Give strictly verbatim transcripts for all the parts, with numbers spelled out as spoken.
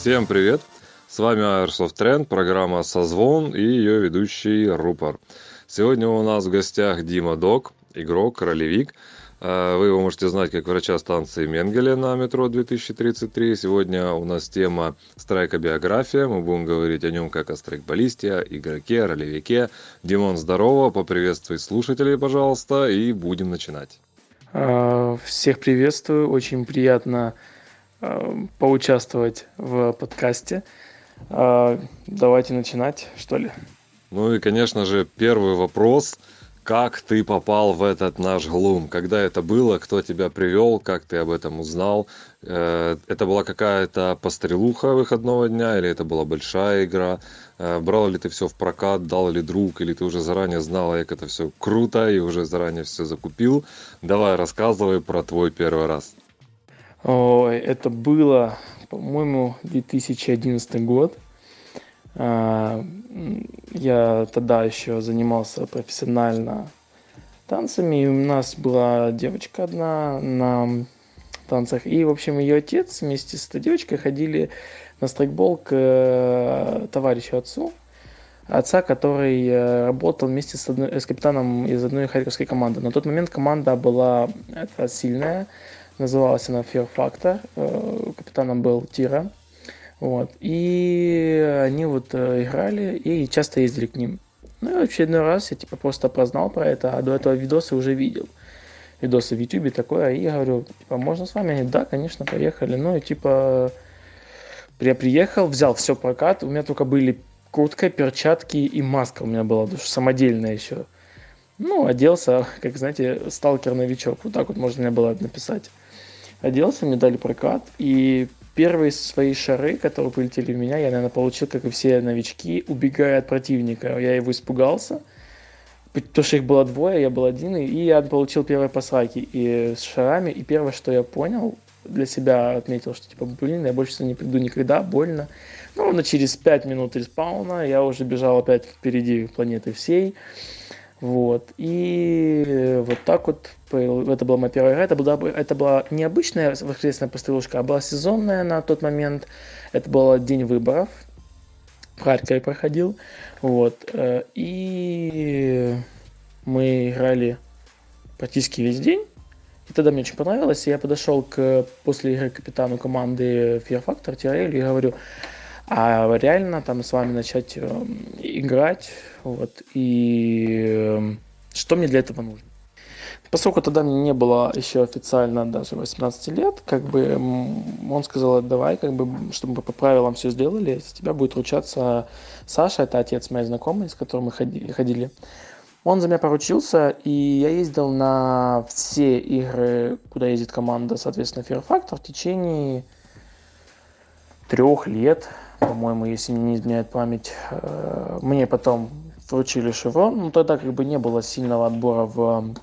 Всем привет! С вами Airsoft Trend, программа «Созвон» и ее ведущий Рупор. Сегодня у нас в гостях Дима Док, игрок, ролевик. Вы его можете знать как врача станции Менгеле на метро две тысячи тридцать три. Сегодня у нас тема страйкобиография. Мы будем говорить о нем как о страйкболисте, игроке, ролевике. Димон, здорово, поприветствуй слушателей, пожалуйста, и будем начинать. Всех приветствую, очень приятно поучаствовать в подкасте. Давайте начинать, что ли? Ну и, конечно же, первый вопрос. Как ты попал в этот наш глум? Когда это было? Кто тебя привел? Как ты об этом узнал? Это была какая-то пострелуха выходного дня? Или это была большая игра? Брал ли ты все в прокат? Дал ли друг? Или ты уже заранее знал, как это все круто и уже заранее все закупил? Давай, рассказывай про твой первый раз. Ой, это было, по-моему, две тысячи одиннадцатый год. Я тогда еще занимался профессионально танцами, и у нас была девочка одна на танцах, и, в общем, ее отец вместе с этой девочкой ходили на страйкбол к товарищу отцу, отца, который работал вместе с, одной, с капитаном из одной харьковской команды. На тот момент команда была это, сильная, называлась она Fear Factor, капитаном был Тира. Вот. И они вот играли и часто ездили к ним. Ну и в очередной раз я типа просто прознал про это, а до этого видосы уже видел. Видосы в Ютубе такое, и я говорю, типа, можно с вами? Они, да, конечно, поехали. Ну и типа, я приехал, взял все прокат, у меня только были куртка, перчатки и маска у меня была, самодельная еще. Ну, оделся, как, знаете, сталкер-новичок, вот так вот можно мне было написать. Оделся, мне дали прокат, и первые свои шары, которые полетели в меня, я, наверное, получил, как и все новички, убегая от противника. Я его испугался, потому что их было двое, я был один, и я получил первые посраки и с шарами. И первое, что я понял, для себя отметил, что типа, блин, я больше сюда не приду никогда, больно. Ну, ровно через пять минут респауна я уже бежал опять впереди планеты всей. Вот. И вот так вот, это была моя первая игра. Это была, это была не обычная воскресная пострелушка, а была сезонная на тот момент. Это был день выборов. В Харькове проходил. Вот. И мы играли практически весь день. И тогда мне очень понравилось. И я подошел к, после игры к капитану команды Fear Factor Тирелю и говорю, а реально там с вами начать э, играть, вот, и э, что мне для этого нужно? Поскольку тогда мне не было еще официально даже восемнадцати лет, как бы он сказал, давай, как бы, чтобы мы по правилам все сделали, с тебя будет ручаться Саша, это отец моей знакомой, с которым мы ходили. Он за меня поручился, и я ездил на все игры, куда ездит команда, соответственно, Fear Factor в течение трех лет, по-моему, если мне не изменяет память. Мне потом вручили шеврон, но тогда как бы не было сильного отбора в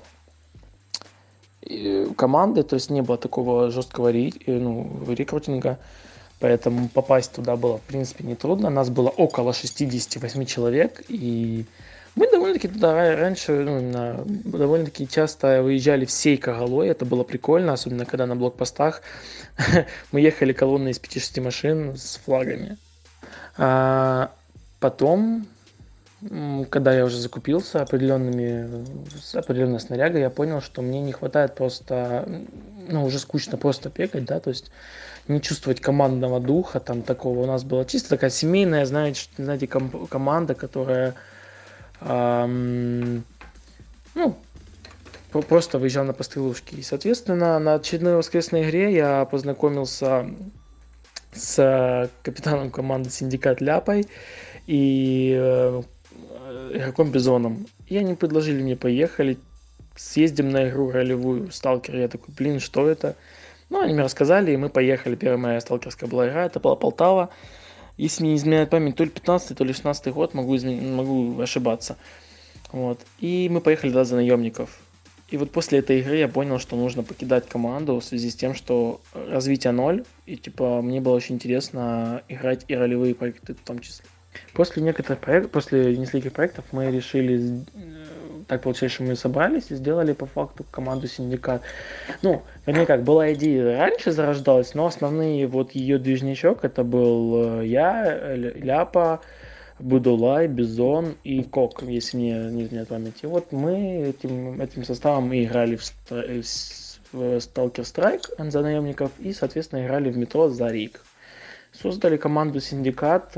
команды, то есть не было такого жесткого ну, рекрутинга, поэтому попасть туда было, в принципе, нетрудно. Нас было около шестьдесят восемь человек, и мы довольно-таки туда раньше, ну, довольно-таки часто выезжали всей коголой, это было прикольно, особенно когда на блокпостах мы ехали колонной из пяти-шести машин с флагами. А потом, когда я уже закупился определенными, определенной снарягой, я понял, что мне не хватает просто, ну, уже скучно просто бегать, да, то есть не чувствовать командного духа, там, такого. У нас была чисто такая семейная, знаете, знаете ком- команда, которая эм, ну, просто выезжал на пострелушки. И, соответственно, на очередной воскресной игре я познакомился с капитаном команды Синдикат Ляпой и э, игроком Бизоном. И они предложили мне, поехали, съездим на игру ролевую Сталкер. Я такой, блин, что это? Ну, они мне рассказали, и мы поехали. Первая моя сталкерская была игра, это была Полтава. Если мне не изменяет память, то ли пятнадцатый, то ли шестнадцатый год, могу, измен... могу ошибаться. Вот. И мы поехали туда за наемников. И вот после этой игры я понял, что нужно покидать команду в связи с тем, что развитие ноль. И типа мне было очень интересно играть и ролевые проекты в том числе. После некоторых проектов, после нескольких проектов мы решили так получилось, что мы собрались и сделали по факту команду «Синдикат». Ну, вернее как, была идея раньше зарождалась, но основные вот ее движничок это был я, Ляпа, Будулай, Бизон и Кок, если мне не изменяет память. И вот мы этим, этим составом и играли в, в, в Stalker Strike за наемников и, соответственно, играли в метро за Рик. Создали команду «Синдикат».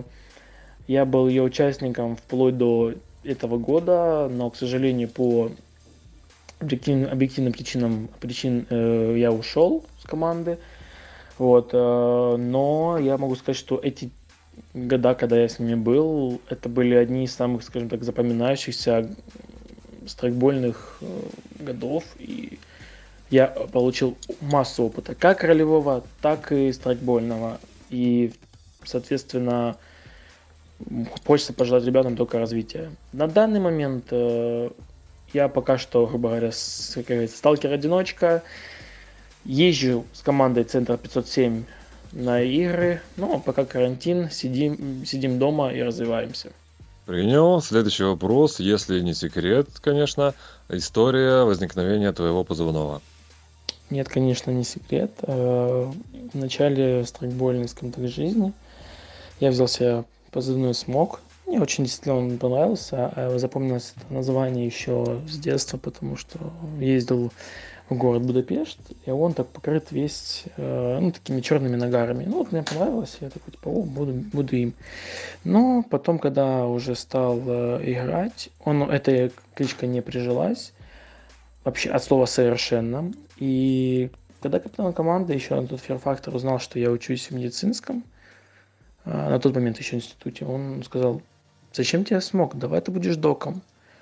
Я был ее участником вплоть до этого года, но, к сожалению, по объективным, объективным причинам причин э, я ушел с команды. Вот, э, но я могу сказать, что эти года, когда я с ними был, это были одни из самых, скажем так, запоминающихся страйкбольных э, годов. И я получил массу опыта, как ролевого, так и страйкбольного. И, соответственно, хочется пожелать ребятам только развития. На данный момент э, я пока что, грубо говоря, с, как говорится, сталкер-одиночка. Езжу с командой Центра пятьсот семь на игры. Ну, пока карантин, сидим, сидим дома и развиваемся. Принял. Следующий вопрос, если не секрет, конечно, история возникновения твоего позывного. Нет, конечно, не секрет. В начале страйкбольной, скажем так, жизни я взял себе позывной «Смог». Мне очень действительно он понравился. Запомнилось это название еще с детства, потому что ездил в город Будапешт, и он так покрыт весь, ну, такими черными нагарами. Ну, вот мне понравилось, я такой, типа, о, буду, буду им. Но потом, когда уже стал играть, он, эта кличка не прижилась, вообще от слова «совершенно». И когда капитан команды, еще на тот фер-фактор, узнал, что я учусь в медицинском, на тот момент еще в институте, он сказал: зачем тебе «Смог? Давай ты будешь доком».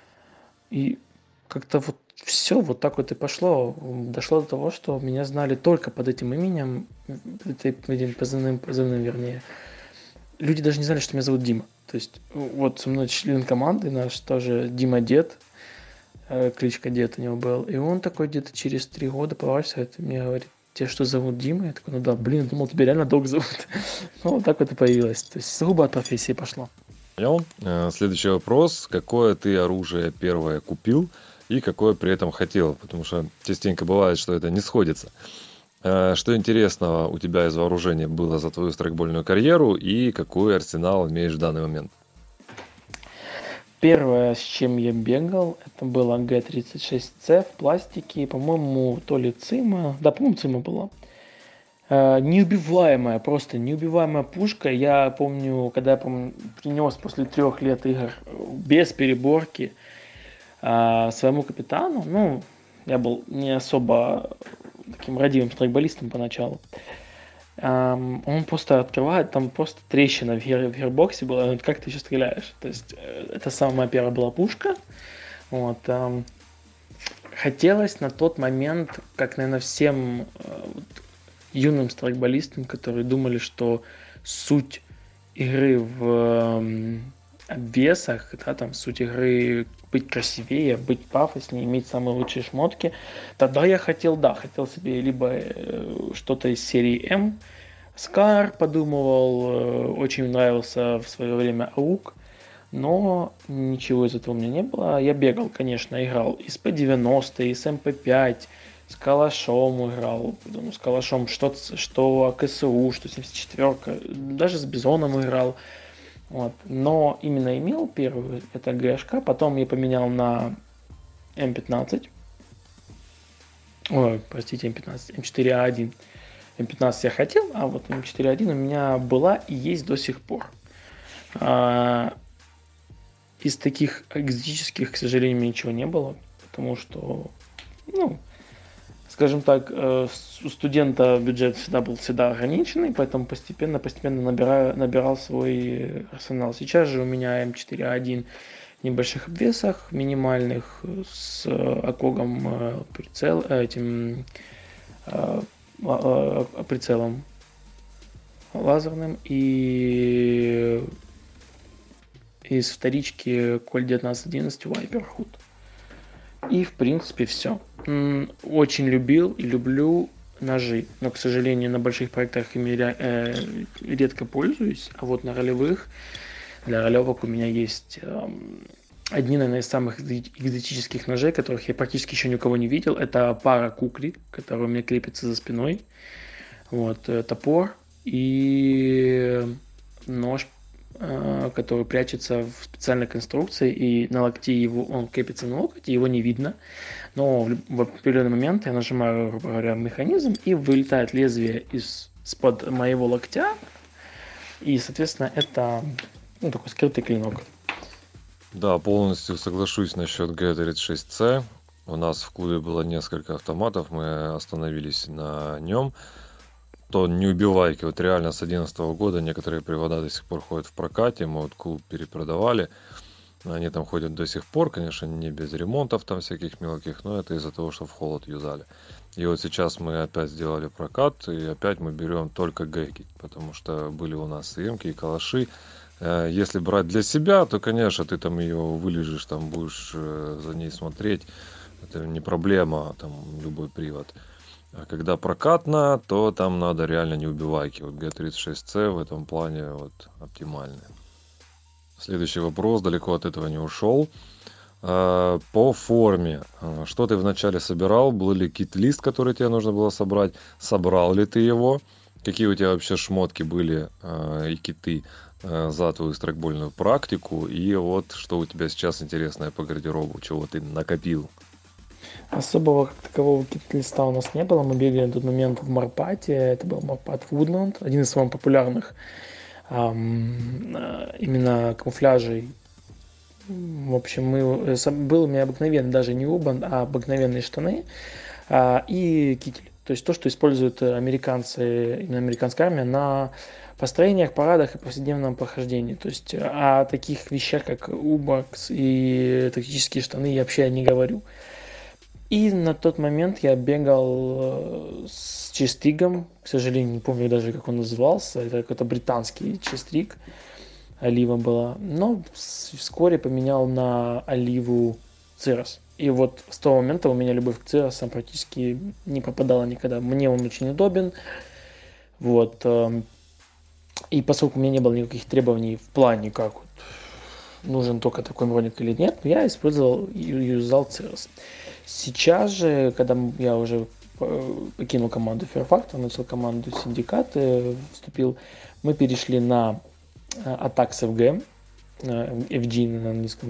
И как-то вот все вот так вот и пошло. Дошло до того, что меня знали только под этим именем, этим позывным, позывным, вернее. Люди даже не знали, что меня зовут Дима. То есть вот со мной член команды наш тоже Дима Дед, кличка Дед у него был. И он такой где-то через три года поворачивается и мне говорит: тебя что, зовут Дима? Я такой: ну да, блин, думал, тебя реально Док зовут. Ну, вот так вот и появилось. То есть сугубо от профессии пошло. Понял. Следующий вопрос. Какое ты оружие первое купил и какое при этом хотел? Потому что частенько бывает, что это не сходится. Что интересного у тебя из вооружения было за твою страйкбольную карьеру и какой арсенал имеешь в данный момент? Первое, с чем я бегал, это было Г тридцать шесть С в пластике, по-моему, то ли ЦИМа, да, по-моему, ЦИМа была. Э, неубиваемая, просто неубиваемая пушка. Я помню, когда я помню, принес после трех лет игр без переборки э, своему капитану, ну, я был не особо таким радивым страйкболистом поначалу. Um, он просто открывает, там просто трещина в, гир, в гирбоксе была. Он: как ты еще стреляешь? То есть это самая первая была пушка. Вот, um, хотелось на тот момент, как, наверное, всем uh, вот, юным страйкболистам, которые думали, что суть игры в um, обвесах, да, там суть игры быть красивее, быть пафоснее, иметь самые лучшие шмотки. Тогда я хотел, да, хотел себе либо э, что-то из серии М, Скар подумывал, э, очень нравился в свое время АУК, но ничего из этого у меня не было. Я бегал, конечно, играл и с П девяносто, и с М П пять, с калашом играл, ну, с калашом что, что КСУ, что семьдесят четвёрка, даже с Бизоном играл. Вот. Но именно имел первую, это ГШК, потом я поменял на М пятнадцать, ой, простите, М пятнадцать, М четыре А один. М пятнадцать я хотел, а вот М четыре А один у меня была и есть до сих пор. А, из таких экзотических, к сожалению, ничего не было, потому что, ну, скажем так, у студента бюджет всегда был всегда ограниченный, поэтому постепенно-постепенно набираю, набирал свой арсенал. Сейчас же у меня М четыре А один в небольших обвесах, минимальных, с окогом прицел, этим прицелом лазерным и из вторички Коль девятнадцать одиннадцать Viper Hood. И, в принципе, все. Очень любил и люблю ножи, но, к сожалению, на больших проектах ими э, редко пользуюсь, а вот на ролевых, для ролевок у меня есть э, одни, наверное, из самых экзотических ножей, которых я практически еще ни у кого не видел. Это пара кукли, которая у меня крепится за спиной. Вот, э, топор и нож, э, который прячется в специальной конструкции, и на локте его, он крепится на локоть, и его не видно. Но в, в определенный момент я нажимаю, грубо говоря, механизм, и вылетает лезвие из, из-под моего локтя, и, соответственно, это ну, такой скрытый клинок. Да, полностью соглашусь насчет джи тридцать шесть си. У нас в клубе было несколько автоматов, мы остановились на нем. То неубивайки, вот реально с две тысячи одиннадцатого года некоторые привода до сих пор ходят в прокате, мы вот клуб перепродавали. Они там ходят до сих пор, конечно, не без ремонтов там всяких мелких, но это из-за того, что в холод юзали. И вот сейчас мы опять сделали прокат, и опять мы берем только гэки, потому что были у нас и эмки, и калаши. Если брать для себя, то, конечно, ты там ее вылежишь, там будешь за ней смотреть. Это не проблема, там любой привод. А когда прокатно, то там надо реально неубивайки. Вот джи тридцать шесть си в этом плане вот оптимальный. Следующий вопрос, далеко от этого не ушел. По форме. Что ты вначале собирал? Был ли кит-лист, который тебе нужно было собрать? Собрал ли ты его? Какие у тебя вообще шмотки были и киты за твою страйкбольную практику? И вот что у тебя сейчас интересное по гардеробу? Чего ты накопил? Особого как такового кит-листа у нас не было. Мы бегали на тот момент в Марпате. Это был Марпат Woodland, один из самых популярных эм, именно камуфляжей. В общем, мы, был у меня обыкновенный, даже не Урбан, а обыкновенные штаны а, и китель. То есть то, что используют американцы, именно американская армия на построениях, парадах и повседневном похождении. То есть о таких вещах, как убакс и тактические штаны, я вообще не говорю. И на тот момент я бегал с честригом, к сожалению, не помню даже, как он назывался, это какой-то британский честриг, олива была, но вскоре поменял на оливу цирос. И вот с того момента у меня любовь к циросам практически не пропадала никогда. Мне он очень удобен, вот, и поскольку у меня не было никаких требований в плане, как вот, нужен только такой броник или нет, я использовал и юзал цирос. Сейчас же, когда я уже покинул команду Fairfactor, начал команду Синдикат, вступил, мы перешли на Attacks эф джи, эф джи на английском,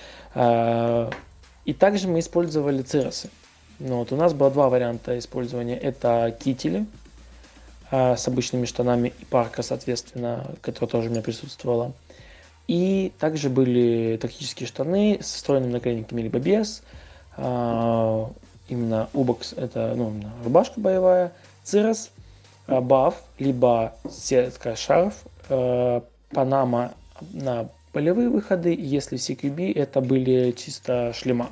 да, и также мы использовали циросы. Ну, вот у нас было два варианта использования. Это кители с обычными штанами и парка, соответственно, которая тоже у меня присутствовала. И также были тактические штаны с встроенными наколенниками либо без. Именно убокс, это ну, рубашка боевая, цирос, баф, либо сетка шарф, панама на полевые выходы, если си кью би это были чисто шлема.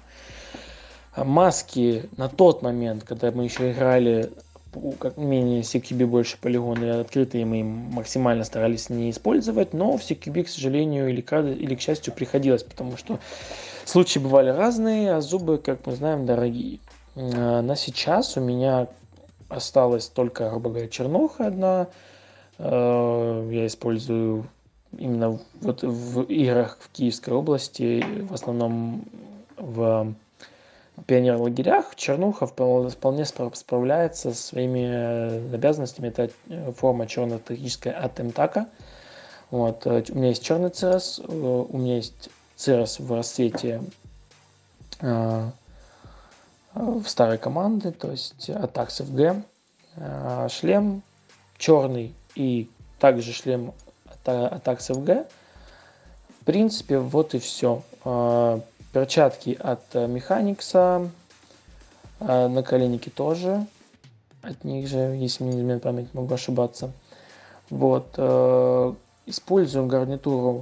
Маски на тот момент, когда мы еще играли, как менее си кью би больше полигоны открытые, мы им максимально старались не использовать, но в си кью би, к сожалению, или, или к счастью, приходилось, потому что случаи бывали разные, а зубы, как мы знаем, дорогие. На сейчас у меня осталась только, грубо говоря, черноха одна. Я использую именно вот в играх в Киевской области, в основном в пионер-лагерях. Чернуха вполне справляется со своими обязанностями. Это форма черно-тактическая от МТАКа. Вот. У меня есть черный цирос, у меня есть цирос в расцвете э, в старой команды, то есть Attacks эф джи, э, шлем черный и также шлем Attacks эф джи. В принципе, вот и все. Э, перчатки от Mechanics, э, наколенники тоже от них же, если мне не изменяет память, могу ошибаться. Вот. Э, использую гарнитуру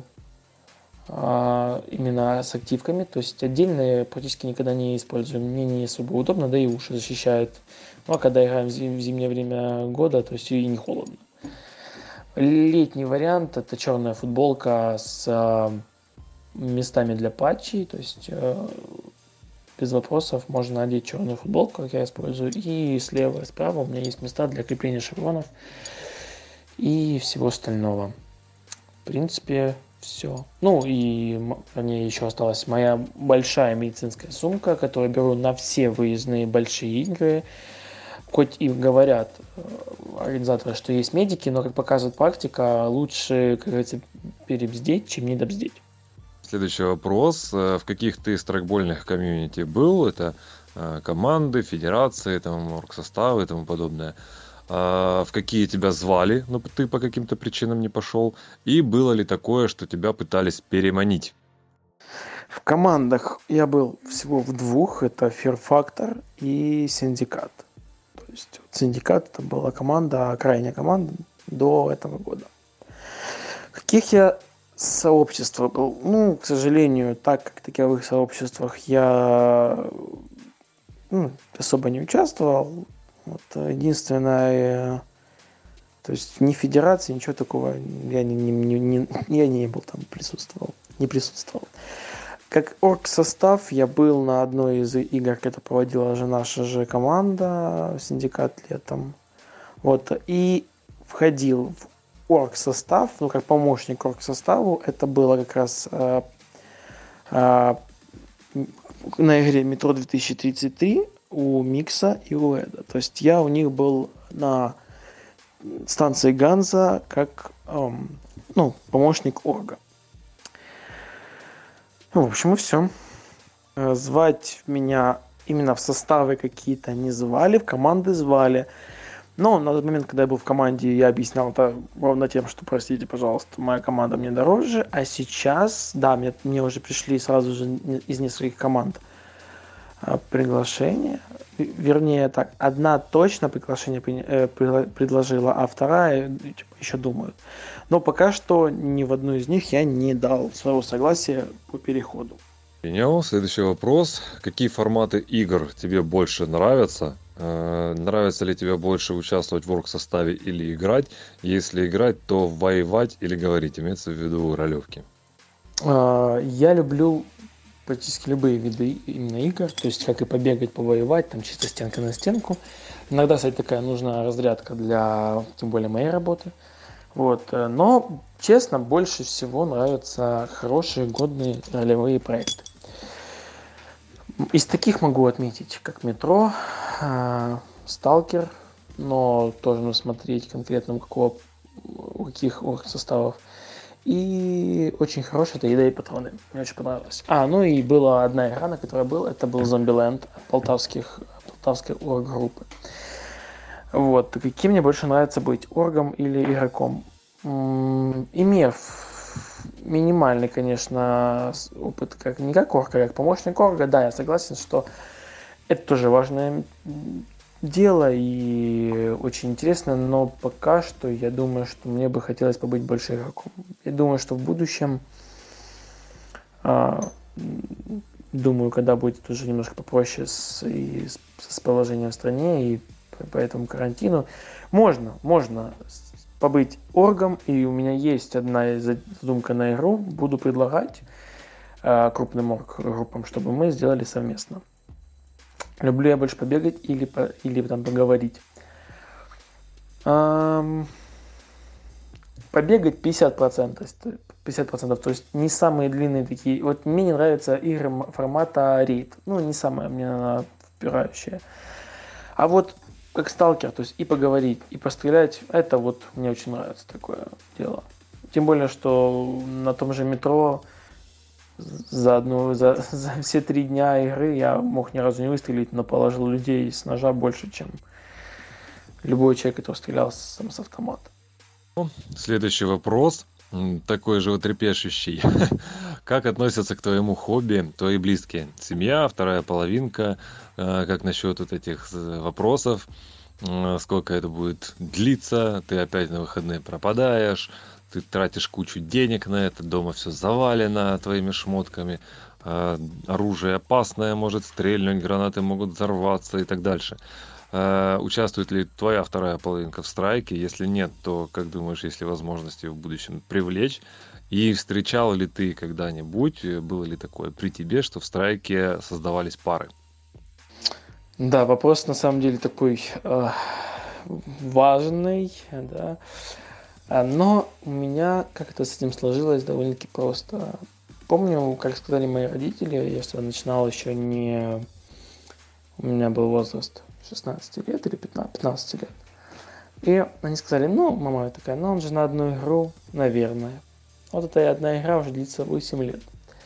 именно с активками, то есть отдельные практически никогда не использую, мне не особо удобно, да и уши защищают. Ну а когда играем в, зим- в зимнее время года, то есть и не холодно. Летний вариант это черная футболка с э, местами для патчей, то есть э, без вопросов можно надеть черную футболку, как я использую, и слева и справа у меня есть места для крепления шевронов и всего остального. В принципе, все. Ну и м- мне еще осталась моя большая медицинская сумка, которую беру на все выездные большие игры. Хоть и говорят э, организаторы, что есть медики, но, как показывает практика, лучше, как говорится, перебздеть, чем недобздеть. Следующий вопрос. Э, В каких ты страйкбольных комьюнити был? Это э, команды, федерации, там, оргсоставы и тому подобное. А в какие тебя звали, но ты по каким-то причинам не пошел? И было ли такое, что тебя пытались переманить? В командах я был всего в двух. Это Fear Factor и Синдикат. То есть вот Синдикат это была команда, крайняя команда до этого года. В каких я сообществах был? Ну, к сожалению, так как в таковых сообществах я ну, особо не участвовал. Вот, единственное, то есть ни федерации, ничего такого я не, не, не, не- я не был там, присутствовал, не присутствовал. Как орг-состав я был на одной из игр, это проводила же наша же команда, синдикат летом. Вот, и входил в орг-состав, ну, как помощник орг-составу, это было как раз э, э, на игре Метро две тысячи тридцать три у Микса и у Эда. То есть я у них был на станции Ганза как эм, ну, помощник орга. Ну, в общем, и все. Звать меня именно в составы какие-то не звали, в команды звали. Но на тот момент, когда я был в команде, я объяснял это ровно тем, что, простите, пожалуйста, моя команда мне дороже. А сейчас, да, мне, мне уже пришли сразу же из нескольких команд а, приглашения. Вернее, так, одна точно приглашение при- э, предла- предложила, а вторая э, типа, еще думают. Но пока что ни в одну из них я не дал своего согласия по переходу. Принял. Следующий вопрос. Какие форматы игр тебе больше нравятся? Э, Нравится ли тебе больше участвовать в оргсоставе или играть? Если играть, то воевать или говорить? Имеется в виду ролевки. А, Я люблю практически любые виды именно игр, то есть как и побегать, повоевать, там чисто стенка на стенку. Иногда, кстати, такая нужна разрядка для, тем более, моей работы. Вот. э, Но, честно, больше всего нравятся хорошие, годные ролевые проекты. Из таких могу отметить, как Метро, а, Сталкер, но тоже нужно смотреть конкретно у какого, у каких составов. И очень хорошая это еда и патроны. Мне очень понравилось. А, ну и была одна игра, на которой был, это был Zombieland полтавских, полтавской орг-группы. Вот. Каким мне больше нравится быть, оргом или игроком? М, Имев минимальный, конечно, с- опыт, как не как орга, как помощник орга, да, я согласен, что это тоже важное м, дело и очень интересно, но пока что я думаю, что мне бы хотелось побыть больше игроком. Я думаю, что в будущем, а, м, думаю, когда будет уже немножко попроще с, и с, с положением в стране и по, по этому карантину, можно, можно с- побыть оргом, и у меня есть одна из- задумка на игру, буду предлагать а, крупным орг-группам, чтобы мы сделали совместно. Люблю я больше побегать или, по, или там поговорить. Ам, Побегать пятьдесят процентов, пятьдесят процентов, то есть не самые длинные такие. Вот мне не нравятся игры м- формата рейд. Ну, не самая мне она впирающая. А вот как сталкер, то есть и поговорить, и пострелять, это вот мне очень нравится такое дело. Тем более, что на том же метро за одну, за, за все три дня игры я мог ни разу не выстрелить, но положил людей с ножа больше, чем любой человек, который стрелял с, с автомата. Следующий вопрос. м, Такой животрепещущий. Как относятся к твоему хобби твои близкие? Семья, вторая половинка? Э, Как насчет вот этих э, вопросов? М, Сколько это будет длиться? Ты опять на выходные пропадаешь? Ты тратишь кучу денег на это, дома все завалено твоими шмотками, э, оружие опасное может стрельнуть, гранаты могут взорваться и так дальше. Э, Участвует ли твоя вторая половинка в страйке? Если нет, то как думаешь, есть ли возможность ее в будущем привлечь? И встречал ли ты когда-нибудь, э, было ли такое при тебе, что в страйке создавались пары? Да, вопрос на самом деле такой э, важный, да. А, Но у меня как-то с этим сложилось довольно-таки просто. Помню, как сказали мои родители, я что начинал еще не... У меня был возраст шестнадцать лет или пятнадцать, пятнадцать лет. И они сказали, ну, мама такая, ну, он же на одну игру, наверное. Вот эта одна игра уже длится восемь лет.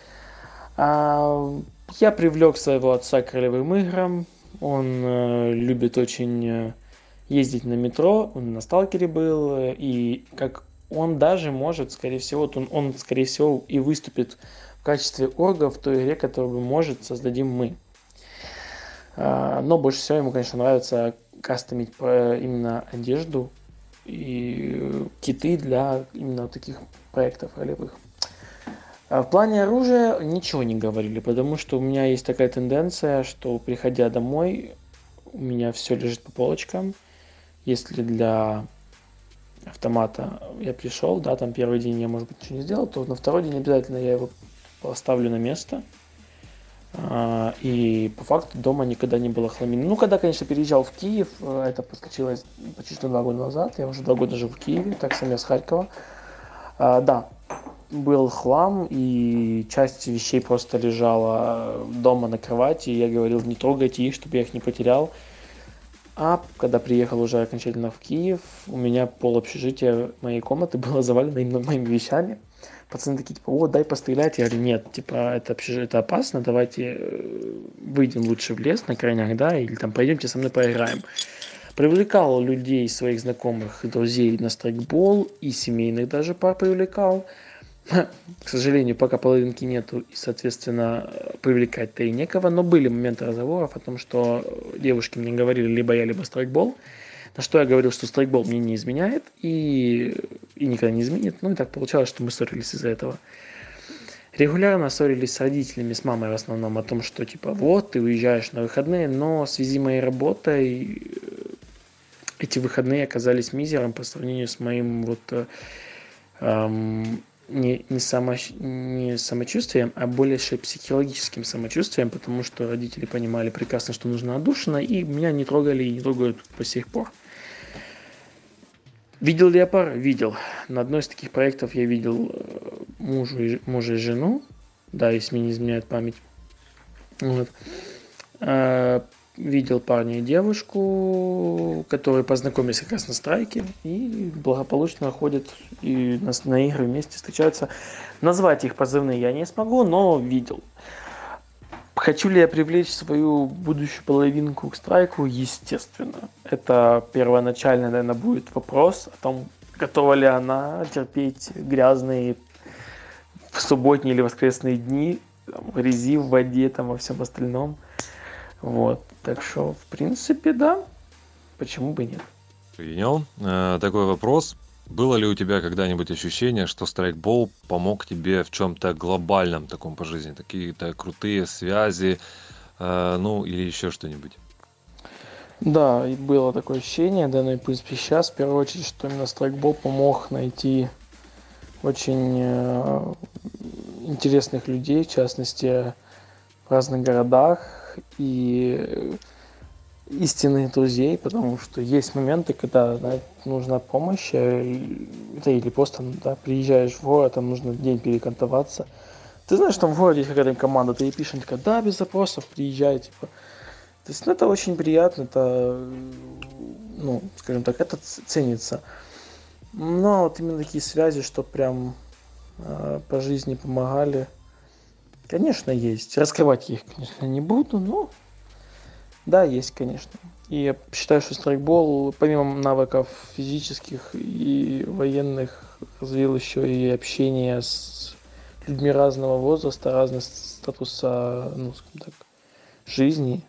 А, я привлек своего отца к ролевым играм. Он э, любит очень э, ездить на метро. Он на сталкере был. э, И как он даже может, скорее всего, вот он, он, скорее всего, и выступит в качестве орга в той игре, которую, может, создадим мы. А, но больше всего ему, конечно, нравится кастомить э, именно одежду и э, киты для именно вот таких проектов ролевых. А в плане оружия ничего не говорили, потому что у меня есть такая тенденция, что приходя домой, у меня все лежит по полочкам. Если для автомата я пришел, да, там первый день я, может быть, ничего не сделал, то на второй день обязательно я его поставлю на место. А, И по факту дома никогда не было хламины. Ну, когда, конечно, переезжал в Киев, э, это подскочилось почти что два года назад, я уже два года жил в Киеве, так сам я с Харькова. А, Да, был хлам, и часть вещей просто лежала дома на кровати, и я говорил, не трогайте их, чтобы я их не потерял. А когда приехал уже окончательно в Киев, у меня пол общежития моей комнаты было завалено именно моими вещами. Пацаны такие, типа, о, дай пострелять. Я говорю, нет, типа, это общежитие, это опасно, давайте э, выйдем лучше в лес на крайнях, да, или там пойдемте со мной поиграем. Привлекал людей, своих знакомых, друзей на страйкбол, и семейных даже пар привлекал. К сожалению, пока половинки нету, и, соответственно, привлекать-то и некого, но были моменты разговоров о том, что девушки мне говорили либо я, либо страйкбол, на что я говорил, что страйкбол мне не изменяет и, и никогда не изменит. Ну и так получалось, что мы ссорились из-за этого. Регулярно ссорились с родителями, с мамой в основном, о том, что типа вот, ты уезжаешь на выходные, но в связи с моей работой эти выходные оказались мизером по сравнению с моим вот эм, не, не, само, не самочувствием, а больше психологическим самочувствием, потому что родители понимали прекрасно, что нужно отдушина, и меня не трогали и не трогают по сих пор. Видел ли я пар? Видел. На одной из таких проектов я видел мужу и, мужа и жену, да, если мне не изменяет память. Вот. Видел парня и девушку, которые познакомились как раз на страйке и благополучно ходят и на, на игры вместе встречаются. Назвать их позывные я не смогу, но видел. Хочу ли я привлечь свою будущую половинку к страйку? Естественно. Это первоначально, наверное, будет вопрос о том, готова ли она терпеть грязные в субботние или воскресные дни, там, в грязи, в воде, там, во всем остальном. Вот. Так что, в принципе, да. Почему бы нет? Принял. Э, Такой вопрос. Было ли у тебя когда-нибудь ощущение, что страйкбол помог тебе в чем-то глобальном таком по жизни? Какие-то крутые связи, э, ну или еще что-нибудь? Да, и было такое ощущение, да, ну и в принципе сейчас, в первую очередь, что именно страйкбол помог найти очень э, интересных людей, в частности, в разных городах и истинных друзей, потому что есть моменты, когда, да, нужна помощь, э, да, или просто, да, приезжаешь в город, там нужно день перекантоваться. Ты знаешь, там в городе есть какая-то команда, ты ей пишешь, она такая, да, без запросов, приезжай, типа. То есть, ну, это очень приятно, это, ну, скажем так, это ценится. Но вот именно такие связи, что прям э, по жизни помогали, конечно, есть. Раскрывать я их, конечно, не буду, но да, есть, конечно. И я считаю, что страйкбол, помимо навыков физических и военных, развил еще и общение с людьми разного возраста, разного статуса, ну, скажем так, жизни.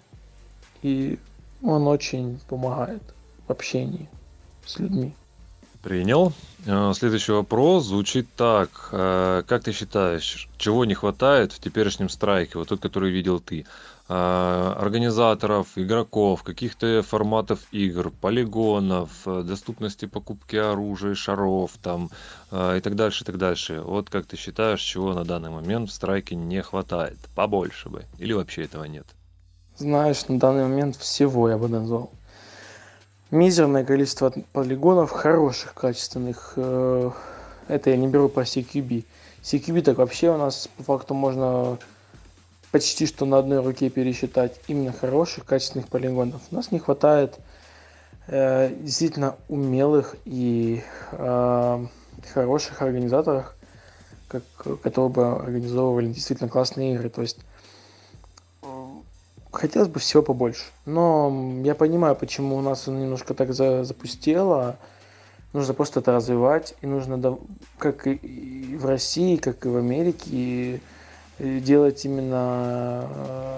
И он очень помогает в общении с людьми. Принял. Э, Следующий вопрос звучит так. Э, Как ты считаешь, чего не хватает в теперешнем страйке, вот тот, который видел ты? Э, Организаторов, игроков, каких-то форматов игр, полигонов, э, доступности покупки оружия, шаров там э, и так дальше, и так дальше. Вот как ты считаешь, чего на данный момент в страйке не хватает? Побольше бы. Или вообще этого нет? Знаешь, на данный момент всего я бы назвал. мизерное количество полигонов хороших, качественных. Э, Это я не беру по си кью би. си кью би так вообще у нас по факту можно почти что на одной руке пересчитать именно хороших, качественных полигонов. У нас не хватает э, действительно умелых и э, хороших организаторов, как, которые бы организовывали действительно классные игры. То есть э, хотелось бы всего побольше. Но я понимаю, почему у нас оно немножко так за, запустело. Нужно просто это развивать, и нужно, как и в России, как и в Америке, делать именно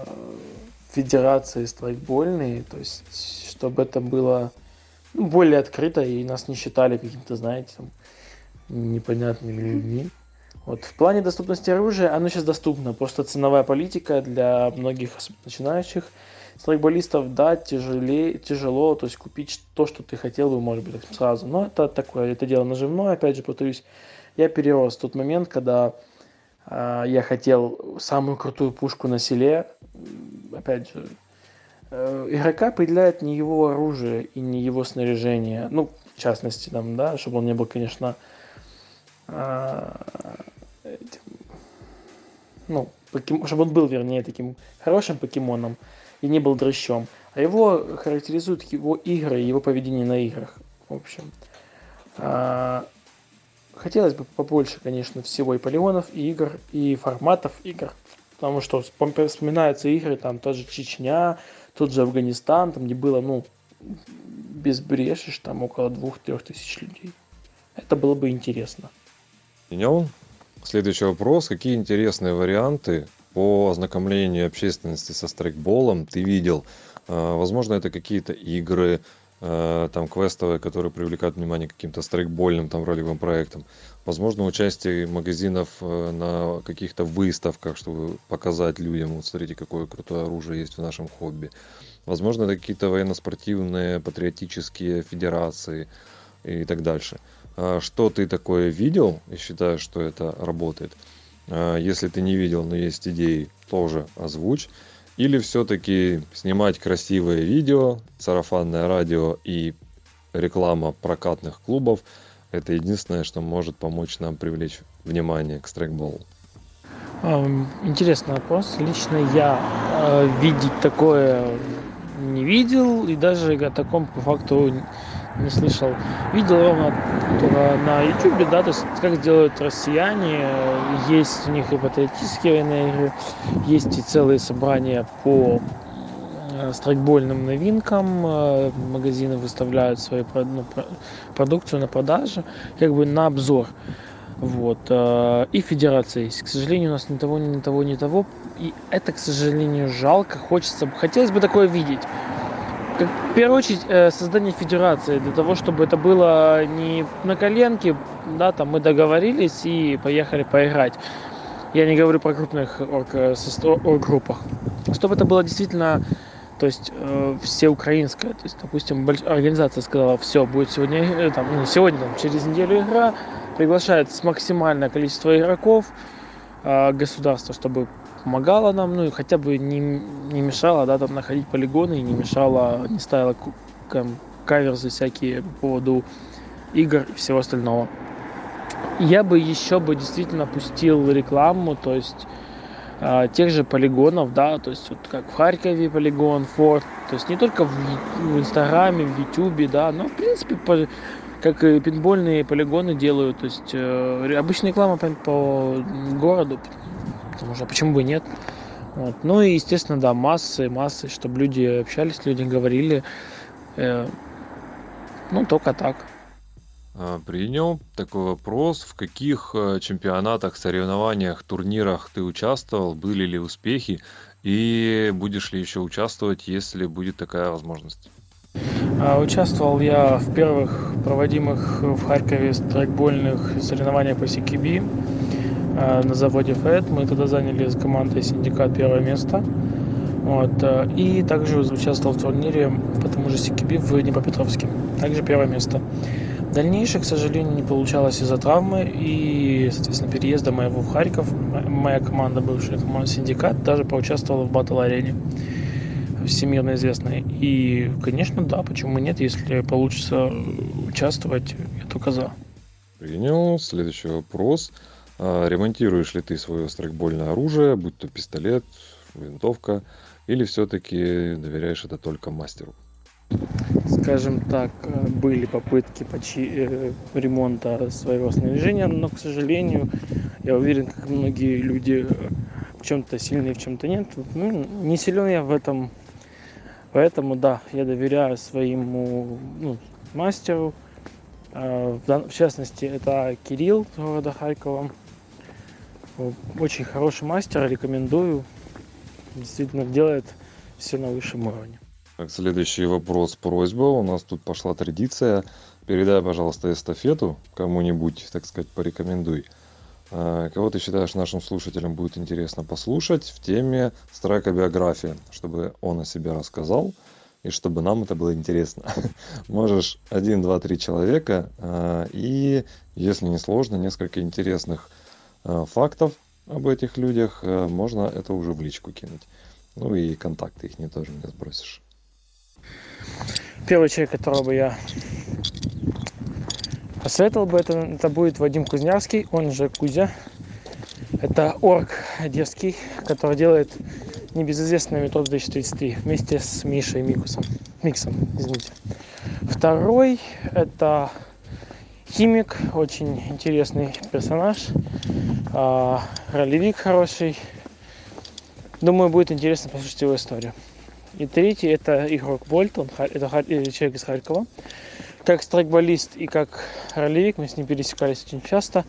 федерации страйкбольные, то есть чтобы это было ну, более открыто, и нас не считали каким-то, знаете, там, непонятными людьми. Вот. В плане доступности оружия оно сейчас доступно, просто ценовая политика для многих начинающих страйкболистов, да, тяжелее, тяжело, то есть купить то, что ты хотел бы, может быть, сразу. Но это такое, это дело наживное, опять же, повторюсь, я перерос тот момент, когда э, я хотел самую крутую пушку на селе, опять же, э, игрока определяет не его оружие и не его снаряжение, ну, в частности, там, да, чтобы он не был, конечно, э, этим, ну, покем... чтобы он был, вернее, таким хорошим покемоном, и не был дрыщом. А его характеризуют его игры и его поведение на играх. В общем. А, хотелось бы побольше, конечно, всего и полигонов, и игр, и форматов игр. Потому что вспоминаются игры, там тот же Чечня, тот же Афганистан, там где было, ну, без брешешь, там около двух-трех тысяч людей. Это было бы интересно. Понял. Следующий вопрос. Какие интересные варианты по ознакомлению общественности со страйкболом ты видел? Возможно, это какие-то игры, там, квестовые, которые привлекают внимание к каким-то страйкбольным, там, ролевым проектам. Возможно, участие магазинов на каких-то выставках, чтобы показать людям, вот смотрите, какое крутое оружие есть в нашем хобби. Возможно, это какие-то военно-спортивные, патриотические федерации и так дальше. Что ты такое видел и считаешь, что это работает? Если ты не видел, но есть идеи, тоже озвучь. Или все-таки снимать красивые видео, сарафанное радио и реклама прокатных клубов – это единственное, что может помочь нам привлечь внимание к страйкболу. Интересный вопрос. Лично я э, видеть такое не видел и даже о таком по факту не слышал. Видел ровно только на ютубе, да, то есть как делают россияне. Есть у них и патриотические военные игры, есть и целые собрания по страйкбольным новинкам. Магазины выставляют свою ну, продукцию на продажу, как бы на обзор. Вот. И федерация есть. К сожалению, у нас ни того, ни того, ни того. И это, к сожалению, жалко. Хочется, хотелось бы такое видеть. Как, в первую очередь, создание федерации, для того, чтобы это было не на коленке, да, там мы договорились и поехали поиграть. Я не говорю про крупных орг-группах. Чтобы это было действительно, то есть, э, всеукраинское. То есть, допустим, больш... организация сказала, все, будет сегодня, там, ну, сегодня, там, через неделю игра, приглашает максимальное количество игроков, э, государство, чтобы помогало нам, ну и хотя бы не, не мешало, да, там находить полигоны и не мешало, не ставило каверзы всякие по поводу игр и всего остального. Я бы еще бы действительно пустил рекламу, то есть э, тех же полигонов, да, то есть вот как в Харькове полигон, Форт, то есть не только в, в Инстаграме, в Ютубе, да, но в принципе по, как и пейнтбольные полигоны делают, то есть э, обычная реклама по, по городу, потому что почему бы нет. Вот. Ну и естественно, да, массы, массы, чтобы люди общались, люди говорили, э, ну только так. Принял такой вопрос. В каких чемпионатах, соревнованиях, турнирах ты участвовал? Были ли успехи? И будешь ли еще участвовать, если будет такая возможность? Участвовал я в первых проводимых в Харькове страйкбольных соревнованиях по си кью би на заводе ФЭД. Мы тогда заняли с командой «Синдикат» первое место. Вот. И также участвовал в турнире по тому же си кью би в Днепропетровске. Также первое место. Дальнейшее, к сожалению, не получалось из-за травмы и, соответственно, переезда моего в Харьков. Моя команда, бывшая команда «Синдикат», даже поучаствовала в батл-арене. всемирно известной. И, конечно, да, почему нет, если получится участвовать, я только за. Принял. Следующий вопрос. А ремонтируешь ли ты свое страйкбольное оружие, будь то пистолет, винтовка, или все-таки доверяешь это только мастеру? Скажем так, были попытки почи- ремонта своего снаряжения, но, к сожалению, я уверен, как многие люди, в чем-то сильные, в чем-то нет. Ну, не силен я в этом, поэтому, да, я доверяю своему ну, мастеру. В частности, это Кирилл из города Харькова. Очень хороший мастер, рекомендую. Действительно делает все на высшем уровне. Так, следующий вопрос, просьба. У нас тут пошла традиция. Передай, пожалуйста, эстафету кому-нибудь, так сказать, порекомендуй. Кого ты считаешь нашим слушателям будет интересно послушать в теме страйкобиография, чтобы он о себе рассказал и чтобы нам это было интересно. Можешь один, два, три человека и, если не сложно, несколько интересных фактов об этих людях, можно это уже в личку кинуть. Ну и контакты их не тоже мне сбросишь. Первый человек, которого бы я посоветовал бы, это, это будет Вадим Кузнявский, он же Кузя. Это орг одесский, который делает небезызвестный метод две тысячи тридцать три вместе с Мишей Микусом. Миксом, извините. Второй это химик, очень интересный персонаж. А, ролевик хороший. Думаю, будет интересно послушать его историю. И третий это игрок Вольт, он это человек из Харькова. Как страйкболист и как ролевик мы с ним пересекались очень часто.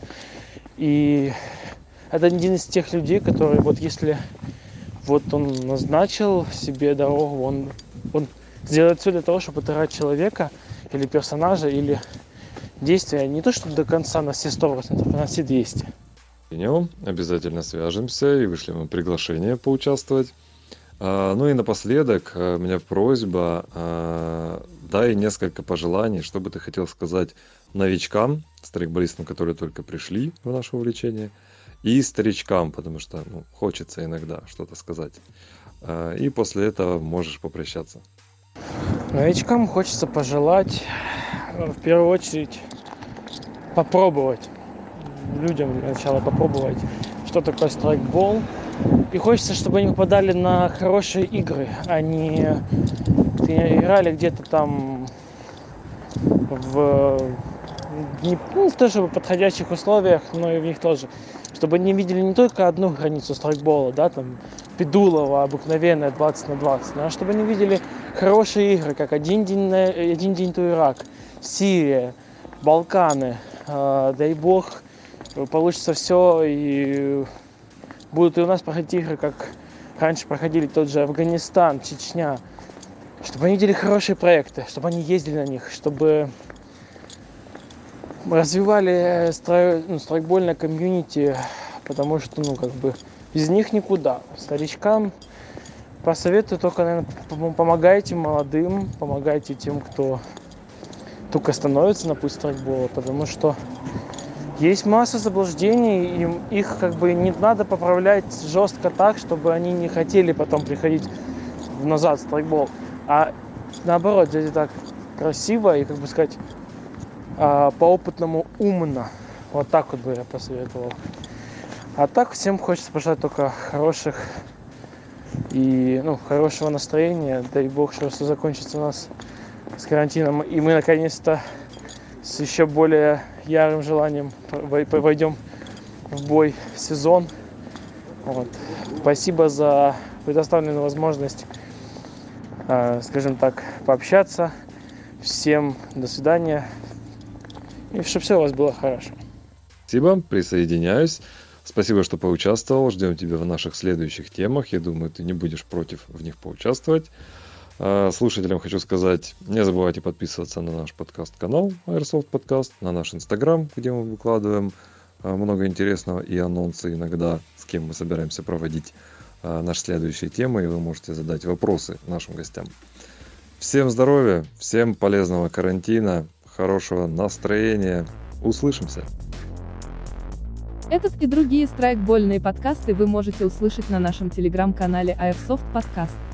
И это один из тех людей, которые вот если вот он назначил себе дорогу, он, он сделает все для того, чтобы отыграть человека или персонажа, или действия не то, что до конца на все сто процентов, а на все двести. Обязательно свяжемся и вышлем вам приглашение поучаствовать. Ну и напоследок у меня просьба, дай несколько пожеланий, что бы ты хотел сказать новичкам, страйкболистам, которые только пришли в наше увлечение, и старичкам, потому что ну, хочется иногда что-то сказать. И после этого можешь попрощаться. Новичкам хочется пожелать, в первую очередь, попробовать. Людям сначала попробовать, что такое страйкбол. И хочется, чтобы они попадали на хорошие игры, а не играли где-то там в не, ну, в тоже подходящих условиях, но и в них тоже. Чтобы они видели не только одну границу страйкбола, да, там Педулова обыкновенная двадцать на двадцать, а чтобы они видели хорошие игры, как один день, на, один день to Ирак, Сирия, Балканы. Э, дай бог, получится все и будут и у нас проходить игры, как раньше проходили тот же Афганистан, Чечня. Чтобы они видели хорошие проекты, чтобы они ездили на них, чтобы развивали страй, ну, страйкбольное комьюнити, потому что, ну, как бы, без них никуда. Старичкам посоветую только, наверное, помогайте молодым, помогайте тем, кто только становится на путь страйкбола, потому что есть масса заблуждений, и их как бы не надо поправлять жестко так, чтобы они не хотели потом приходить назад в страйкбол, а наоборот, делать так красиво и, как бы сказать, по-опытному умно. Вот так вот бы я посоветовал. А так всем хочется пожелать только хороших и ну, хорошего настроения. Дай бог, что все закончится у нас с карантином, и мы наконец-то с еще более ярым желанием войдем в бой в сезон. Вот. Спасибо за предоставленную возможность, скажем так, пообщаться. Всем до свидания. И чтобы все у вас было хорошо. Спасибо, присоединяюсь. Спасибо, что поучаствовал. Ждем тебя в наших следующих темах. Я думаю, ты не будешь против в них поучаствовать. Слушателям хочу сказать, не забывайте подписываться на наш подкаст-канал Airsoft Podcast, на наш Инстаграм, где мы выкладываем много интересного и анонсы иногда, с кем мы собираемся проводить наши следующие темы, и вы можете задать вопросы нашим гостям. Всем здоровья, всем полезного карантина, хорошего настроения. Услышимся! Этот и другие страйкбольные подкасты вы можете услышать на нашем телеграм-канале Airsoft Podcast.